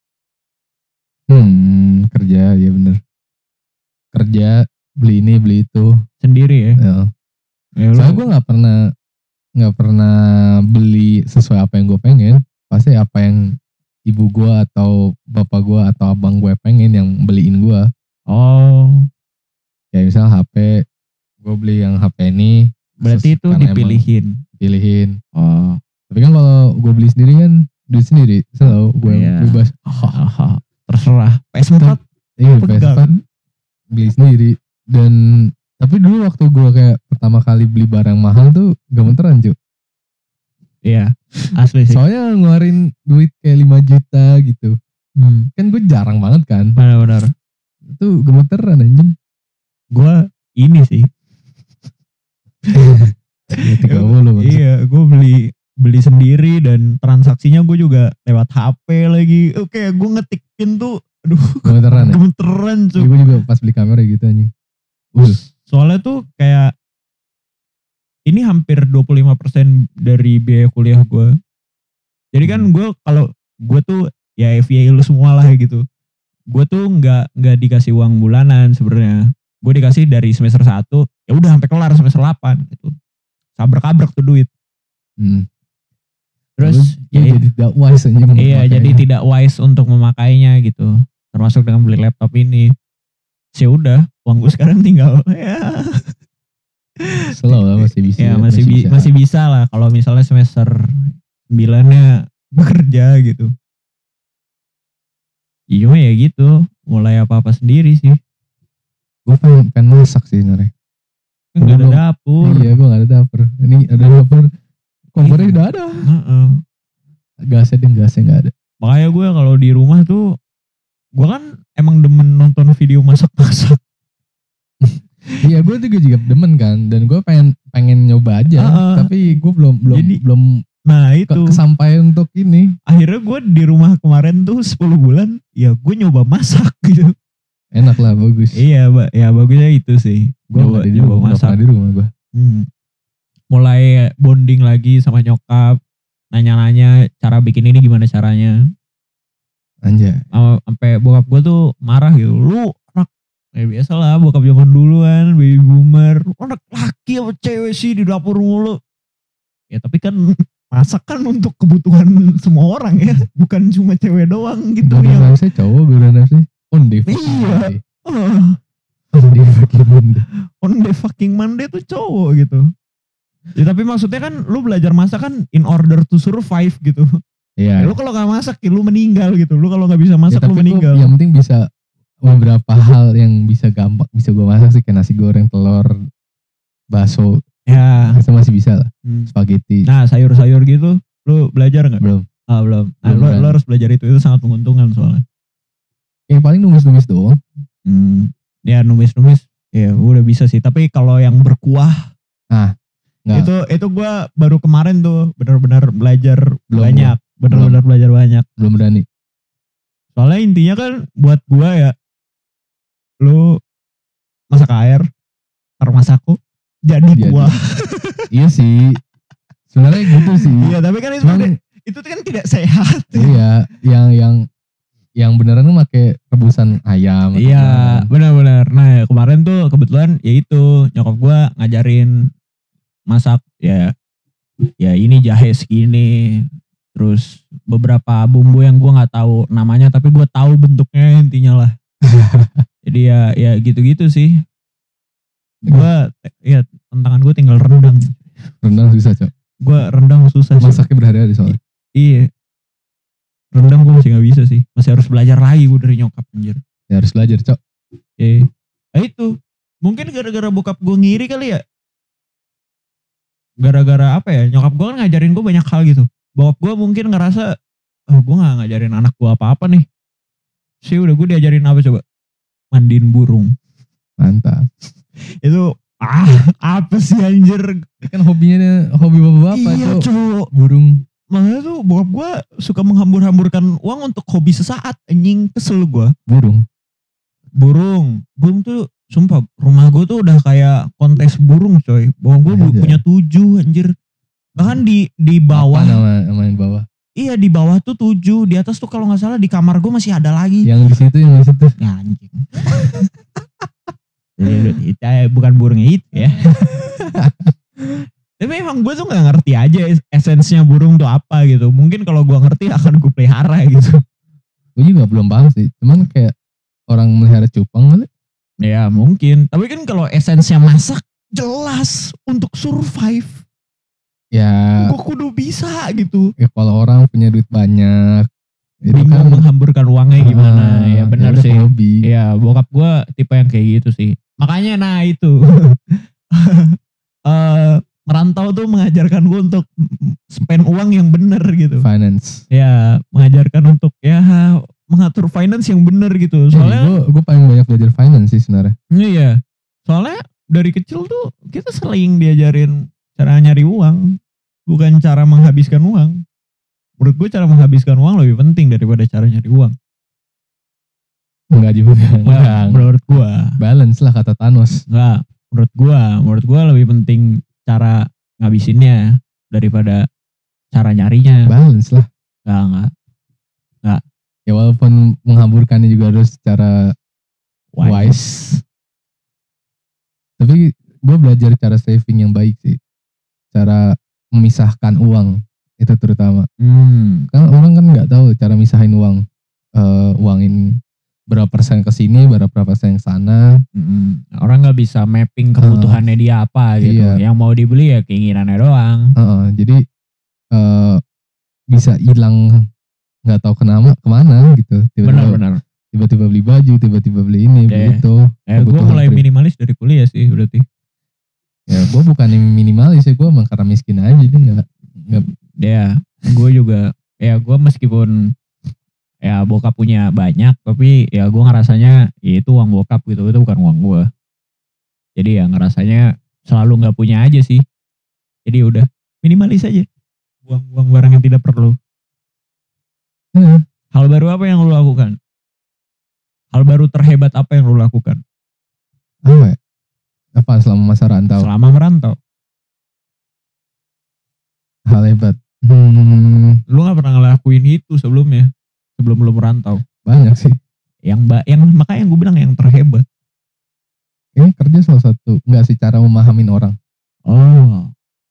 Hmm, kerja ya bener. Kerja, beli ini, beli itu. Sendiri ya? Ya. Ya, Soalnya lo- gue nggak pernah nggak pernah beli sesuai apa yang gue pengen. Pasti apa yang ibu gue atau bapak gue atau abang gue pengen yang beliin gue. Oh, Kayak misal H P, gue beli yang H P ini. berarti Terus itu karena emang dipilihin. Pilihin. Oh, Tapi kan kalau gue beli sendiri kan duit sendiri. Selalu gue Iya. bebas. hahaha. Terserah. P S empat Iya, P S pegang. empat beli sendiri. Dan tapi dulu waktu gue kayak pertama kali beli barang mahal tuh gemeteran cuy. Iya, asli sih. Soalnya ngeluarin duit kayak lima juta gitu. Hmm, Kan gue jarang banget kan. benar-benar. Itu gemeteran anjing. Gue ini sih. tiga puluh bang. Iya, gue beli beli sendiri dan transaksinya gue juga lewat H P lagi. Oke, gue ngetik pin tuh, aduh, Gemeteran ya. gemeteran cuy. Gue juga pas beli kamera gitu anjing. Uh, Soalnya tuh kayak ini hampir dua puluh lima persen dari biaya kuliah gue. Jadi kan Hmm. gue kalau gue tuh ya F Y I lu semua lah gitu. Gue tuh nggak nggak dikasih uang bulanan sebenarnya. Gue dikasih dari semester satu, ya udah sampai kelar semester delapan gitu. Sabrek-abrek tuh duit. Hmm. Terus ya, ya, jadi tidak wise aja iya memakainya. jadi tidak wise untuk memakainya gitu. Termasuk dengan beli laptop ini. Ya udah, uang gue sekarang tinggal ya. Slow lah masih bisa. Ya masih masih bisa, masih bisa lah kalau misalnya semester sembilannya bekerja gitu. Iya ya gitu, mulai apa-apa sendiri sih. Gue pengen, pengen masak sih sebenarnya. Enggak ada dapur. Iya gue gak ada dapur. Ini ada dapur. Kompornya udah ada. Uh-uh. Gasnya deh, gasnya gak ada. Makanya gue kalau di rumah tuh, gue kan emang demen nonton video masak-masak. Iya gue juga juga demen kan, dan gue pengen pengen nyoba aja, uh-uh. tapi gue belum belum Jadi, belum nah itu kesampaian untuk ini. Akhirnya gue di rumah kemarin tuh sepuluh bulan, ya gue nyoba masak gitu. Enak lah, bagus. Iya, ya bagusnya itu sih. Gue nyoba, nyoba masak di rumah gue. Hmm. Mulai bonding lagi sama nyokap, nanya-nanya cara bikin ini gimana caranya. Anjay. Sampai bokap gue tuh marah gitu. Lu anak, ya biasa lah bokap zaman dulu kan, baby boomer. Anak laki apa cewek sih di dapur mulu. Ya tapi kan masak kan untuk kebutuhan semua orang ya. Bukan cuma cewek doang gitu. Beneran ya. Saya cowok, beneran sih. On the fucking iya. Monday. Oh. On the fucking Monday. On the fucking Monday tuh cowok gitu. Ya tapi maksudnya kan lu belajar masak kan in order to survive gitu. Iya. Ya, lu kalau gak masak ya lu meninggal gitu. Lu kalau gak bisa masak ya, lu meninggal. Yang penting bisa beberapa hal yang bisa gampang bisa gue masak sih, kayak nasi goreng, telur, bakso. Ya. Itu masih bisa lah. Hmm. Spaghetti. Nah sayur-sayur gitu lu belajar gak? Belum. Ah belum. Nah, belum lu, lu harus belajar itu. Itu sangat menguntungkan soalnya. Yang paling numis-numis doang. Hmm. Ya numis-numis. Ya udah bisa sih. Tapi kalau yang berkuah. Ah. Nggak. Itu itu gue baru kemarin tuh benar-benar belajar belum, banyak. Benar-benar belum. belajar banyak. Belum berani. Soalnya intinya kan buat gue ya. Lu masak air. Ntar masakku. Jadi kuah. Iya sih. Sebenarnya gitu sih. Iya tapi kan itu, Cuman, itu kan tidak sehat. Iya. Yang yang yang beneran tuh pakai rebusan ayam. Iya benar-benar. Nah kemarin tuh kebetulan ya itu nyokap gue ngajarin masak ya ya ini jahe segini, terus beberapa bumbu yang gue nggak tahu namanya tapi gue tahu bentuknya intinya lah. Jadi ya ya gitu-gitu sih. Gue ya tantangan gue tinggal rendang. Rendang susah cok. Gue rendang susah. Masaknya berhari-hari soalnya. Iya. Rendang gue masih gak bisa sih. Masih harus belajar lagi gue dari nyokap anjir. Ya harus belajar cok. Eh, nah itu. Mungkin gara-gara bokap gue ngiri kali ya. Gara-gara apa ya. Nyokap gue kan ngajarin gue banyak hal gitu. Bokap gue mungkin ngerasa. Oh gue gak ngajarin anak gue apa-apa nih. Sih udah gue diajarin apa coba. Mandiin burung. Mantap. Itu. Ah apa sih anjir. Kan hobinya hobi bapak-bapak iya, cok. Cok. Burung. Makanya tuh bokap gue suka menghambur-hamburkan uang untuk hobi sesaat. Anjing kesel gue. Burung. Burung. Burung tuh sumpah rumah gue tuh udah kayak kontes burung coy. Bokap gue Aja. punya tujuh anjir. Bahkan di di bawah. Apa nama, nama di bawah? Iya di bawah tuh tujuh. Di atas tuh kalau gak salah di kamar gue masih ada lagi. Yang di situ yang di situ. Ya anjing. Itu bukan burungnya itu ya. Tapi emang gue tuh gak ngerti aja esensinya burung tuh apa gitu. Mungkin kalau gue ngerti akan gue pelihara gitu. Gue juga belum paham sih. Cuman kayak orang melihara cupang kali. Ya mungkin. Tapi kan kalau esensinya masak jelas untuk survive. Ya. Gue kudu bisa gitu. Ya kalau orang punya duit banyak. Bingung kan, menghamburkan uangnya gimana. Uh, ya benar ya sih. Hobi. Ya bokap gue tipe yang kayak gitu sih. Makanya nah itu. uh, merantau tuh mengajarkan gue untuk spend uang yang benar gitu. Finance. Ya, mengajarkan untuk ya mengatur finance yang benar gitu. Soalnya gue gue paling banyak belajar finance sih sebenarnya. Iya. Soalnya dari kecil tuh kita sering diajarin cara nyari uang, bukan cara menghabiskan uang. Menurut gue cara menghabiskan uang lebih penting daripada cara nyari uang. Enggak juga. Enggak, menurut gue. Balance lah kata Thanos. Enggak, menurut gue, menurut gue lebih penting cara ngabisinnya daripada cara nyarinya. Balance lah. Enggak, enggak. Enggak. Ya walaupun menghamburkannya juga harus secara wise. wise. Tapi gue belajar cara saving yang baik sih. Cara memisahkan uang itu terutama. Hmm. Kan orang kan nggak tahu cara misahin uang, uh, uangin berapa persen ke sini, berapa persen ke sana. Hmm. Orang nggak bisa mapping kebutuhannya uh, dia apa gitu. Iya. Yang mau dibeli ya keinginannya doang. Uh, jadi uh, bisa hilang nggak tahu kenapa kemana gitu. Benar-benar. Tiba-tiba beli baju, tiba-tiba beli ini, beli yeah. itu. Eh, gue mulai minimalis dari kuliah sih berarti. Ya gue bukan minimalis ya, gue emang karena miskin aja jadi nggak nggak. Ya, gue juga ya gue meskipun ya bokap punya banyak, tapi ya gue ngerasanya ya itu uang bokap gitu, itu bukan uang gue. Jadi ya ngerasanya selalu nggak punya aja sih. Jadi udah minimalis aja, buang-buang barang yang tidak perlu. Hmm. Hal baru apa yang lo lakukan? Hal baru terhebat apa yang lo lakukan? Apa ya? Apa selama masa rantau? Selama merantau. Hal hebat. Hmm. Lu gak pernah ngelakuin itu sebelumnya? Sebelum lu merantau? Banyak sih. Yang ba- yang makanya yang gue bilang yang terhebat. Ini kerja salah satu. Enggak sih, cara memahamin orang. Oh.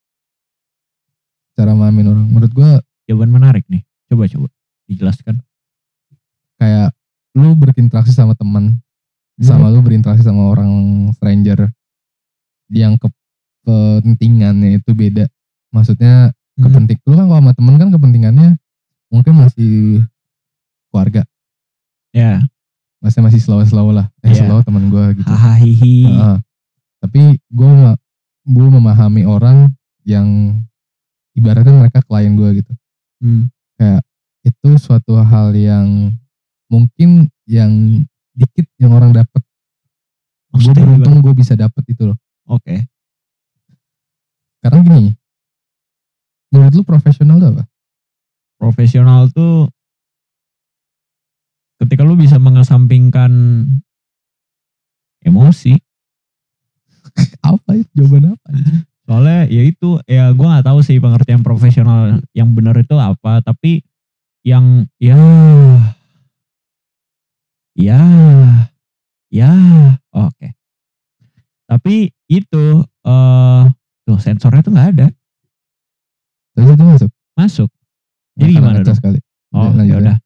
Cara memahamin orang. Menurut gue. Jawaban menarik nih. Coba-coba dijelaskan. Kayak lu berinteraksi sama teman. Hmm. Sama lu berinteraksi sama orang stranger. Yang kepentingannya itu beda. Maksudnya kepenting, hmm. lu kan kalau sama temen kan kepentingannya mungkin masih keluarga. Ya. Yeah. Masih masih slow-slow lah. Eh yeah. slow teman gue gitu. Hahihi. Uh, tapi gue gue memahami orang yang ibaratnya mereka klien gue gitu. Hmm. Kayak itu suatu hal yang mungkin yang dikit yang orang dapat. Gue beruntung gue bisa dapat itu loh. Oke. Okay. Karena gini. Menurut lu profesional tuh apa? Profesional tuh ketika lu bisa mengesampingkan emosi. Apa itu? Jawaban apa? Soalnya ya itu, ya gue gak tahu sih pengertian profesional yang benar itu apa. Tapi yang ya ya ya oke. Okay. Tapi itu uh, tuh sensornya tuh gak ada. Terus itu masuk? Masuk. Jadi nah, gimana dong? Sekali. Oh ya udah.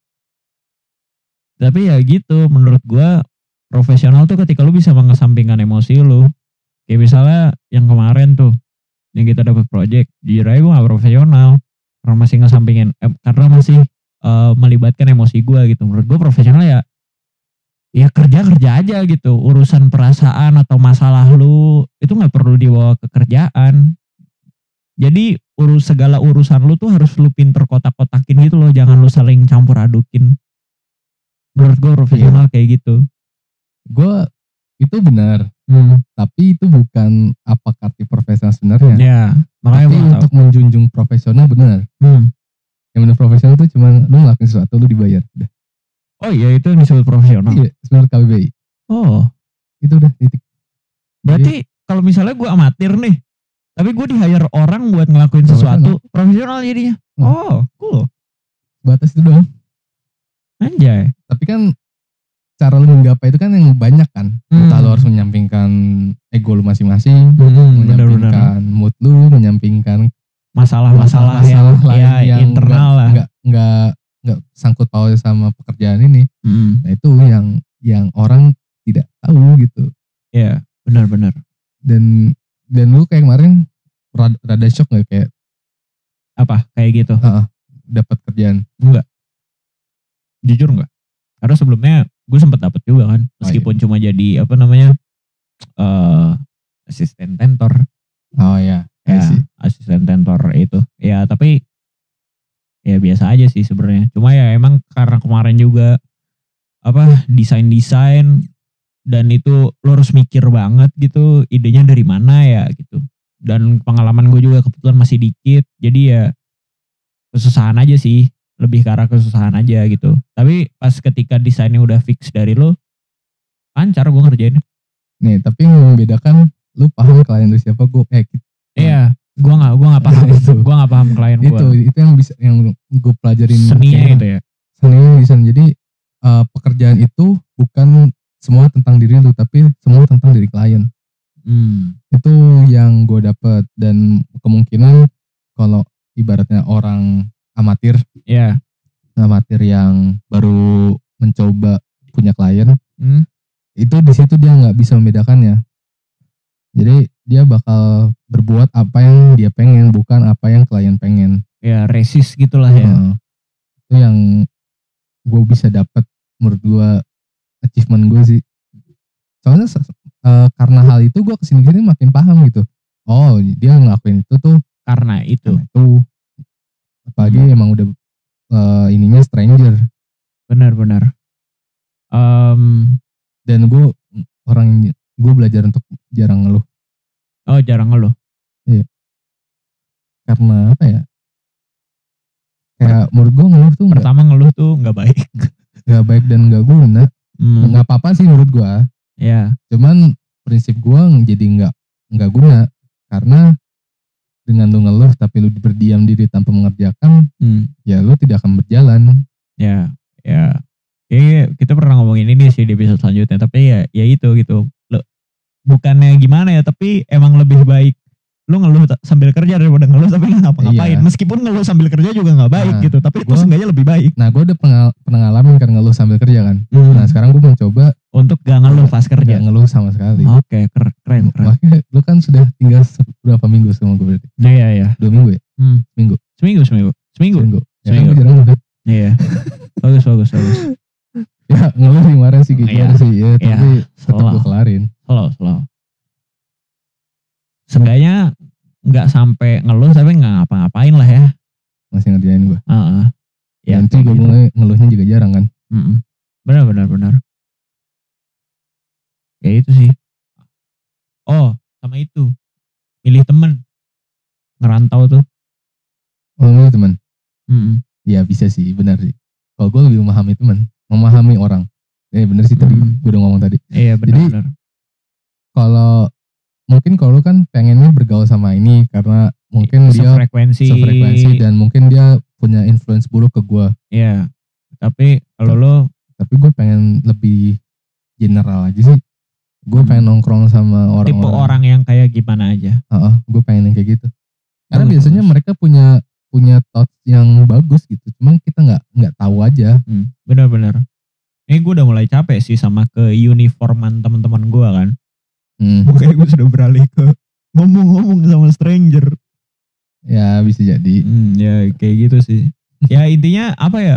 Tapi ya gitu, menurut gue profesional tuh ketika lu bisa mengesampingkan emosi lu. Kayak misalnya yang kemarin tuh, yang kita dapat project, jujur aja gue gak profesional. Karena masih ngesampingin, eh, karena masih uh, melibatkan emosi gue gitu. Menurut gue profesional ya, ya kerja-kerja aja gitu. Urusan perasaan atau masalah lu, itu gak perlu dibawa ke kerjaan. Jadi urus segala urusan lu tuh harus lu pinter kotak-kotakin gitu loh. Jangan lu saling campur adukin. Menurut gue profesional iya. Kayak gitu. Gue itu benar. Hmm. Tapi itu bukan apa arti profesional sebenarnya. Ya, makanya tapi untuk tahu. Menjunjung profesional benar. Hmm. Yang benar profesional itu cuma lu ngelakuin sesuatu lu dibayar. Udah. Oh iya itu yang disebut profesional. Iya, menurut K B B I. Oh. Itu udah titik. Berarti kalau misalnya gue amatir nih. Tapi gue di-hire orang buat ngelakuin sesuatu. Profesional jadinya. Hmm. Oh, cool. Batas itu doang. Anjay. Tapi kan cara lu menggapai itu kan yang banyak kan. Hmm. Entah lu harus menyampingkan ego lu masing-masing. Hmm, menyampingkan bener-bener. Mood lu. Menyampingkan masalah-masalah yang, lain ya, yang internal enggak, lah. Enggak, enggak, enggak sangkut pautnya sama pekerjaan ini. Hmm. Nah itu yang yang orang tidak tahu gitu. Iya, benar-benar. Dan Dan lu kayak kemarin rada, rada shock gak kayak apa kayak gitu? Uh, dapat kerjaan? Enggak. Jujur enggak. Karena sebelumnya gue sempat dapat juga kan, meskipun oh, iya. Cuma jadi apa namanya uh, asisten tentor. Oh ya. Ya asisten tentor itu. Ya tapi ya biasa aja sih sebenarnya. Cuma ya emang karena kemarin juga apa desain-desain. Dan itu lo harus mikir banget gitu, idenya dari mana ya gitu. Dan pengalaman gue juga kebetulan masih dikit, jadi ya kesusahan aja sih, lebih ke arah kesusahan aja gitu. Tapi pas ketika desainnya udah fix dari lo, lancar gue ngerjainnya. Nih, tapi yang membedakan, lo paham klien lu siapa gue? Eh, gitu. Iya, gue nggak, gue nggak paham itu, gue nggak paham klien gue. Itu, itu yang bisa, yang gue pelajarin. Seninya itu ya. Seninya desain. Jadi uh, pekerjaan itu bukan semua tentang diri lu, tapi semua tentang diri klien. Hmm. Itu yang gue dapet. Dan kemungkinan kalau ibaratnya orang amatir, Ya. amatir yang baru mencoba punya klien, Hmm. itu di situ dia nggak bisa membedakannya. Jadi dia bakal berbuat apa yang dia pengen, bukan apa yang klien pengen. Ya resist gitulah ya. Heeh. Itu yang gue bisa dapat menurut gue achievement gue sih. Soalnya uh, karena hal itu gue kesini-kesini makin paham gitu. Oh dia ngelakuin itu tuh Karena itu. karena itu. Apalagi Hmm. emang udah uh, ininya stranger. Benar-benar. Um, Dan gue orang gue belajar untuk jarang ngeluh. oh jarang ngeluh. Karena apa ya? Kayak menurut gue ngeluh tuh nggak Pertama ngeluh tuh nggak baik. nggak baik dan nggak guna. Hmm. Nggak apa-apa sih menurut gue. Ya. Cuman prinsip gue jadi nggak nggak guna karena dengan lu ngeluh tapi lu berdiam diri tanpa mengerjakan, Hmm. ya lu tidak akan berjalan. Ya. Ya. Kayaknya kita pernah ngomongin ini sih di episode selanjutnya. Tapi ya, ya itu gitu. Lo- Bukannya gimana ya, tapi emang lebih baik lu ngeluh ta- sambil kerja daripada ngeluh tapi nggak ngapa-ngapain. Iya. Meskipun ngeluh sambil kerja juga nggak baik Nah, gitu. Tapi itu gua- seenggaknya lebih baik. Nah gue udah pengal- pernah ngalamin kan ngeluh sambil kerja kan. Hmm. Nah sekarang gue mencoba Untuk gak ngeluh pas kerja. nggak ngeluh sama sekali. Oke, ker- keren, keren. Makanya lu kan sudah tinggal se- berapa minggu sama gue berarti? Iya, iya, iya. Dua minggu ya? Hmm. Seminggu. Seminggu, seminggu. Seminggu. Seminggu. Ya kan Seminggu. gue jarang ngeluh. Iya. Bagus, bagus, bagus. Ya ngeluh sih kemarin sih gimana Iya. sih ya, tapi tetap Slow, gue kelarin. slow, slow. Seenggaknya nggak sampai ngeluh tapi nggak ngapa-ngapain lah ya. Masih ngerjain gue. Heeh. Ya, Ya, nanti kayak gue gitu. mulai ngeluhnya juga jarang kan. Mm-mm. Benar, benar, benar. Kayak itu sih. Oh, sama itu. Milih temen. Ngerantau tuh. Oh lu teman? Mm-mm. Ya bisa sih, benar sih. Kalau gue lebih memahami teman, memahami orang. Eh bener sih tadi, Hmm. gue udah ngomong tadi. Iya, Jadi, benar-benar. Kalau mungkin kalau lu kan pengennya bergaul sama ini karena mungkin dia Sefrekuensi. sefrekuensi dan mungkin dia punya influence buruk ke gue. Iya. Tapi kalau lo Tapi gue pengen lebih general aja sih. Gue Hmm. pengen nongkrong sama orang-orang. tipe orang yang kayak gimana aja. Heeh, gue pengen yang kayak gitu. Karena Bagus, biasanya bagus. mereka punya punya thoughts yang bagus gitu. Cuman kita nggak nggak tahu aja. Hmm, benar-benar. Ini gue udah mulai capek sih sama ke uniforman teman-teman gue kan. Hmm. Makanya gue sudah beralih ke ngomong-ngomong sama stranger. Ya bisa jadi. Hmm, ya kayak gitu sih. Ya intinya apa ya?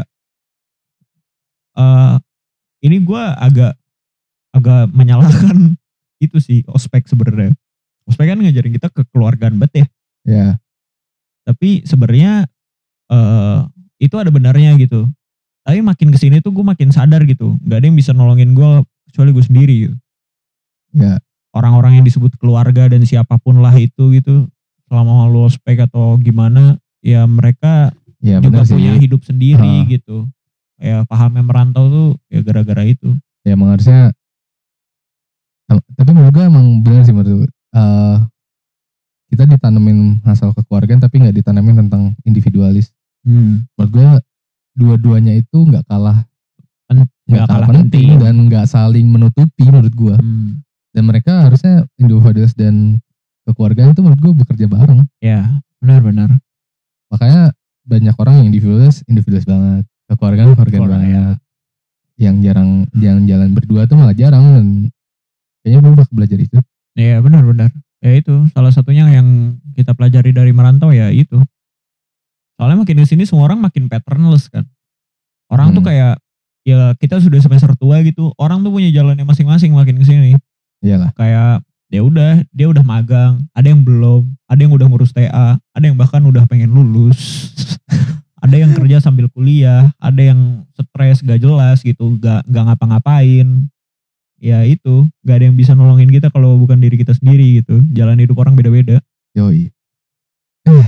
Eh ini gue agak agak menyalahkan itu sih ospek sebenarnya. Ospek kan ngajarin kita kekeluargaan banget ya. Ya. Tapi sebenarnya eh itu ada benarnya gitu. Tapi makin kesini tuh gue makin sadar gitu. Gak ada yang bisa nolongin gue kecuali gue sendiri gitu. Ya. Orang-orang yang disebut keluarga dan siapapun lah itu gitu. Selama lu ospek atau gimana. Ya mereka Ya juga benar sih. punya hidup sendiri Ha. gitu. Ya pahamnya merantau tuh ya gara-gara itu. Ya emang harusnya. Tapi menurut gue emang benar sih menurut gue. Eh, kita ditanemin masalah kekeluargaan tapi nggak ditanamin tentang individualis. Hmm. Menurut gue dua-duanya itu nggak kalah Pen- nggak nggak kalah kalah penting penting. dan nggak saling menutupi menurut gue. Hmm. Dan mereka harusnya individualis dan kekeluargaan itu menurut gue bekerja bareng. Ya benar-benar. Makanya banyak orang yang individualis individualis banget, kekeluargaan kekeluargaan Keluarga, banget. Yang jarang yang jalan berdua tuh malah jarang dan kayaknya gue udah belajar itu. Ya benar-benar. Ya itu salah satunya yang kita pelajari dari merantau ya itu. Soalnya makin di sini semua orang makin patternless kan. Orang tuh Hmm. kayak ya kita sudah semester tua gitu. Orang tuh punya jalannya masing-masing makin kesini. Iyalah. Kayak ya udah dia udah magang, ada yang belum, ada yang udah ngurus T A, ada yang bahkan udah pengen lulus. Ada yang kerja sambil kuliah, ada yang stres gak jelas gitu, gak gak ngapa-ngapain. Ya itu, gak ada yang bisa nolongin kita kalau bukan diri kita sendiri gitu. Jalan hidup orang beda-beda. Yoi. Eh.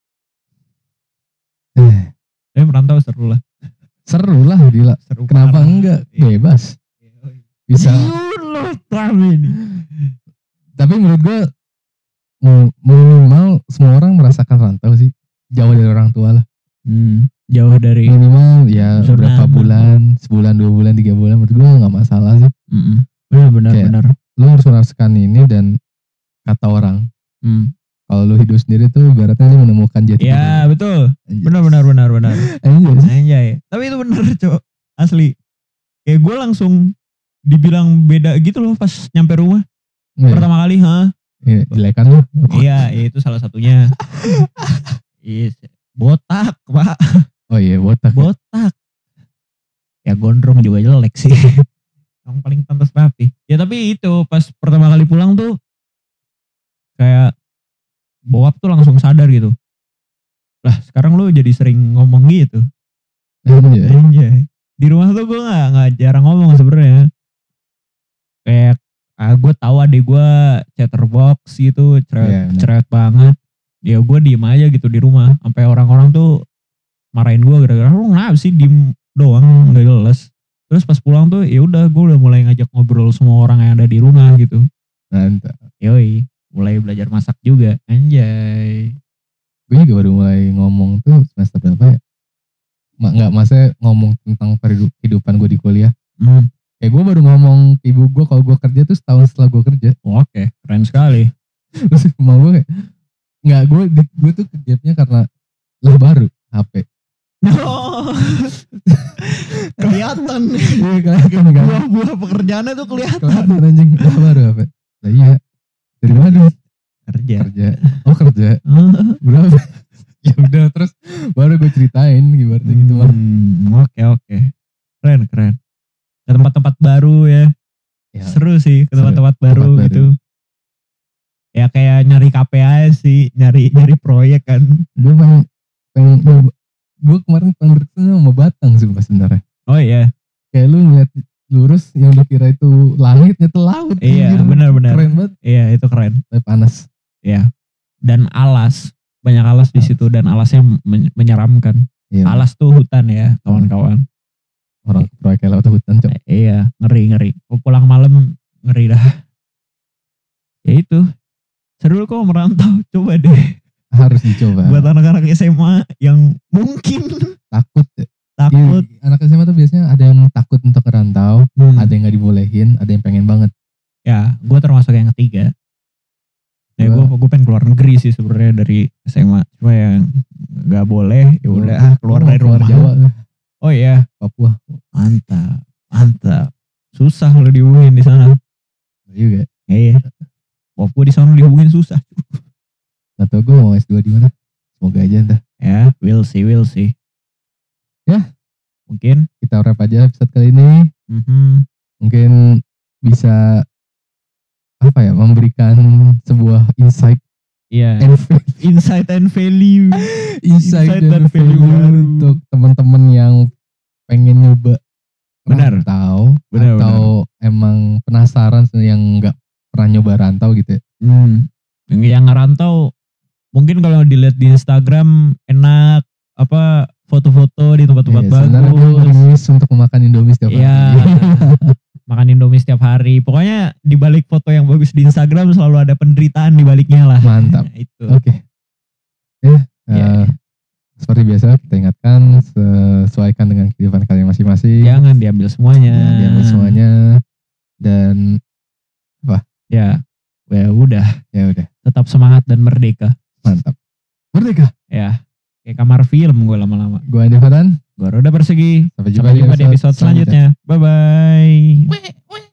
Eh. Tapi merantau seru lah. Seru lah gila. Seru Kenapa parah. enggak? Iya. Bebas. Bisa. Loh, kami nih. Tapi menurut gue mu- minimal semua orang merasakan rantau sih. Jauh dari orang tua lah. Hmm, jauh dari Minimal ya Zona berapa aman. bulan, sebulan, dua bulan, tiga bulan. Menurut gue gak masalah sih. Mm-mm. benar benar Kayak- benar. Lu harus merasakan ini dan kata orang. Hmm. kalau lu hidup sendiri tuh ibaratnya lu menemukan jati Ya diri. betul. Anjay. Benar benar benar benar. Anjay. Anjay. Tapi itu bener cok. Asli. Kayak gue langsung dibilang beda gitu loh pas nyampe rumah. Iya, Pertama kali, ha? iya, jelekan lu. Iya, itu salah satunya. Iya, botak, Pak. Oh iya, botak. Botak. Ya gondrong juga jelek sih. Yang paling pantas rapi. Ya tapi itu pas pertama kali pulang tuh kayak bokap tuh langsung sadar gitu. Lah sekarang lu jadi sering ngomong gitu. Anjay. Anjay. Di rumah tuh gue gak, gak jarang ngomong sebenarnya. Kayak ah, gue tahu adek gue chatterbox gitu, cerewet, Iya, bener. cerewet banget. Ya gue diem aja gitu di rumah. Sampai orang-orang tuh marahin gue gara-gara lu kenapa sih diem doang gak jelas. Terus pas pulang tuh ya udah gue udah mulai ngajak ngobrol semua orang yang ada di rumah gitu. Mantap. Yoi, mulai belajar masak juga. Anjay. Gue juga baru mulai ngomong tuh semester berapa ya? Ma, enggak, maksudnya ngomong tentang kehidupan gue di kuliah. Hmm. Kayak gue baru ngomong ke ibu gue kalau gue kerja tuh setahun setelah gue kerja. Oke, keren sekali. Terus emak gue kayak, enggak, gue gue tuh ke gapnya karena lah baru H P. Oh, kelihatan. Iya kelihatan kan? Buah-buah pekerjaannya tuh kelihatan. Kelihatan anjing, lah baru H P. Lah iya, dari mana? Kerja. Kerja. Oh kerja. Berapa? Ya udah terus baru gue ceritain gimana gitu mah. Hmm, Oke oke, keren keren. Ke tempat-tempat baru ya. Ya, Seru sih ke seru. tempat-tempat baru Tempat baru. gitu. Ya kayak nyari K P I sih, nyari nyari proyek kan. gue pengen, pengen gue kemarin pengen bertemu sama Batang sih mas sebenarnya. Oh iya, Kayak lu ngeliat lurus yang lu kira itu langit nyata laut. iya anjir. benar-benar. Keren banget. Iya itu keren. Tapi panas. Iya. Dan alas, banyak alas di situ dan alasnya men- menyeramkan. Iya. Alas tuh hutan ya kawan-kawan. Orang proyek lewat hutan cok. Eh, iya, ngeri ngeri. Kok pulang malam ngeri dah. Ya itu. Seru kok merantau. Coba deh. Harus dicoba. Buat anak-anak S M A yang mungkin Takut ya. takut. Iya, anak S M A tuh biasanya ada yang takut untuk ngerantau, Hmm. ada yang gak dibolehin, ada yang pengen banget. Ya, gue termasuk yang ketiga. Ya gue Gua- gue pengen keluar negeri sih sebenarnya dari S M A. Cuma yang nggak boleh. Ya udah ah, keluar Gua dari mau rumah. Jawa, Oh iya, Papua. mantap, mantap. Susah lo dihubungin di sana. Juga. Iya. Pop gue di sana dihubungin susah. Gak tau gue mau S dua di mana. Semoga aja entah. Ya, we'll see, we'll see. Ya. Mungkin. Kita wrap aja episode kali ini. mhm. Mungkin bisa apa ya, memberikan sebuah insight Iya. and Insight and value. insight, Insight dan dan value value baru. untuk teman-teman yang pengen nyoba Benar. rantau Benar, atau emang penasaran yang nggak pernah nyoba rantau gitu ya. Hmm. Yang ngerantau mungkin kalau dilihat di Instagram enak apa foto-foto di tempat-tempat Iya, sebenarnya gue bagus. ngerimis untuk memakan Indomie setiap Iya. hari. Makan Indomie setiap hari. Pokoknya di balik foto yang bagus di Instagram selalu ada penderitaan di baliknya lah. Mantap. Nah, itu. Oke. Ya, Iya. eh, seperti biasa kita ingatkan sesuaikan dengan kehidupan kalian masing-masing. Jangan diambil semuanya. Jangan diambil semuanya. Dan Ya. Ya udah, ya udah, tetap semangat dan merdeka. mantap. Merdeka. Ya. Kayak kamar film gue lama-lama. Gue Andi Fadan. Gue Roda Persegi. Sampai Sampai jumpa di episode selanjutnya. Bye bye.